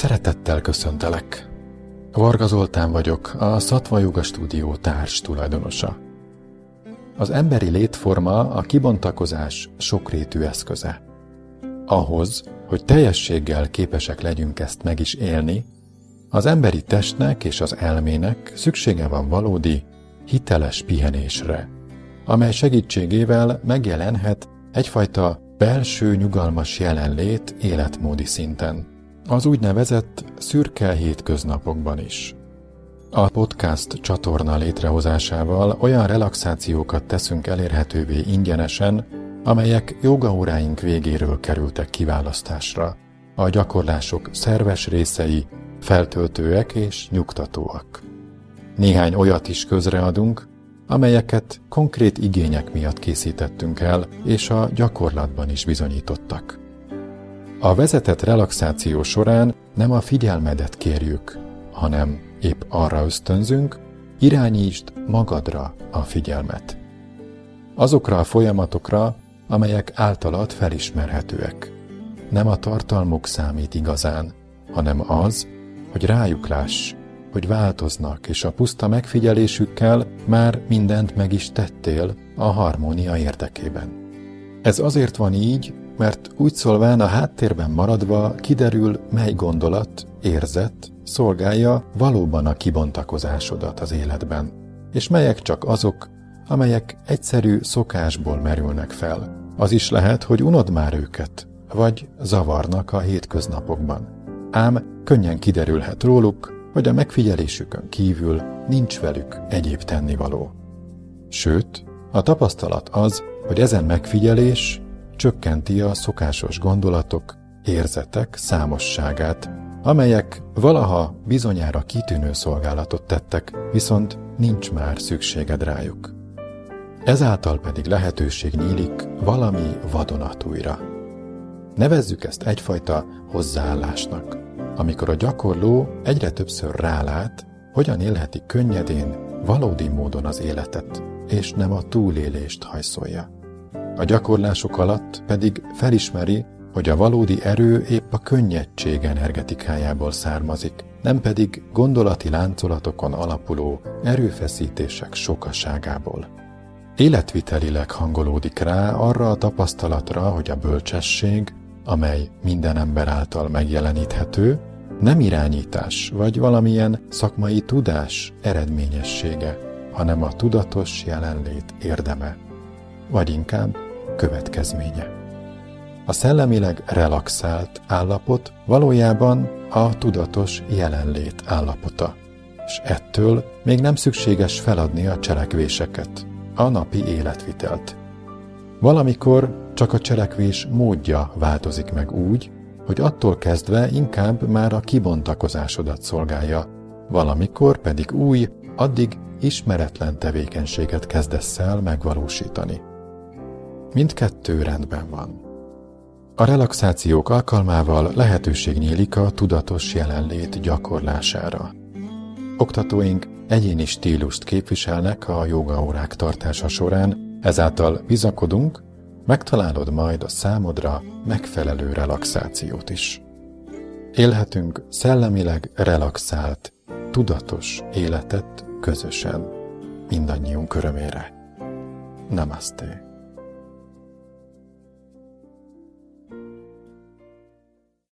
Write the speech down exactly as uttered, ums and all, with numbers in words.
Szeretettel köszöntelek! Varga Zoltán vagyok, a Sattva Yoga Stúdió társ tulajdonosa. Az emberi létforma a kibontakozás sokrétű eszköze. Ahhoz, hogy teljességgel képesek legyünk ezt meg is élni, az emberi testnek és az elmének szüksége van valódi, hiteles pihenésre, amely segítségével megjelenhet egyfajta belső nyugalmas jelenlét életmódi szinten, az úgynevezett szürke hétköznapokban is. A podcast csatorna létrehozásával olyan relaxációkat teszünk elérhetővé ingyenesen, amelyek jogaóráink végéről kerültek kiválasztásra. A gyakorlások szerves részei feltöltőek és nyugtatóak. Néhány olyat is közreadunk, amelyeket konkrét igények miatt készítettünk el, és a gyakorlatban is bizonyítottak. A vezetett relaxáció során nem a figyelmedet kérjük, hanem épp arra ösztönzünk, irányítsd magadra a figyelmet. Azokra a folyamatokra, amelyek általad felismerhetőek. Nem a tartalmuk számít igazán, hanem az, hogy rájuk láss, hogy változnak, és a puszta megfigyelésükkel már mindent meg is tettél a harmónia érdekében. Ez azért van így, mert úgy szólván a háttérben maradva kiderül, mely gondolat, érzet szolgálja valóban a kibontakozásodat az életben, és melyek csak azok, amelyek egyszerű szokásból merülnek fel. Az is lehet, hogy unod már őket, vagy zavarnak a hétköznapokban. Ám könnyen kiderülhet róluk, hogy a megfigyelésükön kívül nincs velük egyéb tennivaló. Sőt, a tapasztalat az, hogy ezen megfigyelés csökkenti a szokásos gondolatok, érzetek számosságát, amelyek valaha bizonyára kitűnő szolgálatot tettek, viszont nincs már szükséged rájuk. Ezáltal pedig lehetőség nyílik valami vadonatújra. Nevezzük ezt egyfajta hozzáállásnak, amikor a gyakorló egyre többször rálát, hogyan élheti könnyedén, valódi módon az életet, és nem a túlélést hajszolja. A gyakorlások alatt pedig felismeri, hogy a valódi erő épp a könnyedség energetikájából származik, nem pedig gondolati láncolatokon alapuló erőfeszítések sokaságából. Életvitelileg hangolódik rá arra a tapasztalatra, hogy a bölcsesség, amely minden ember által megjeleníthető, nem irányítás vagy valamilyen szakmai tudás eredményessége, hanem a tudatos jelenlét érdeme, vagy inkább következménye. A szellemileg relaxált állapot valójában a tudatos jelenlét állapota, és ettől még nem szükséges feladni a cselekvéseket, a napi életvitelt. Valamikor csak a cselekvés módja változik meg úgy, hogy attól kezdve inkább már a kibontakozásodat szolgálja, valamikor pedig új, addig ismeretlen tevékenységet kezdesz el megvalósítani. Mindkettő rendben van. A relaxációk alkalmával lehetőség nyílik a tudatos jelenlét gyakorlására. Oktatóink egyéni stílust képviselnek a jogaórák tartása során, ezáltal bizakodunk, megtalálod majd a számodra megfelelő relaxációt is. Élhetünk szellemileg relaxált, tudatos életet közösen, mindannyiunk örömére. Namaste.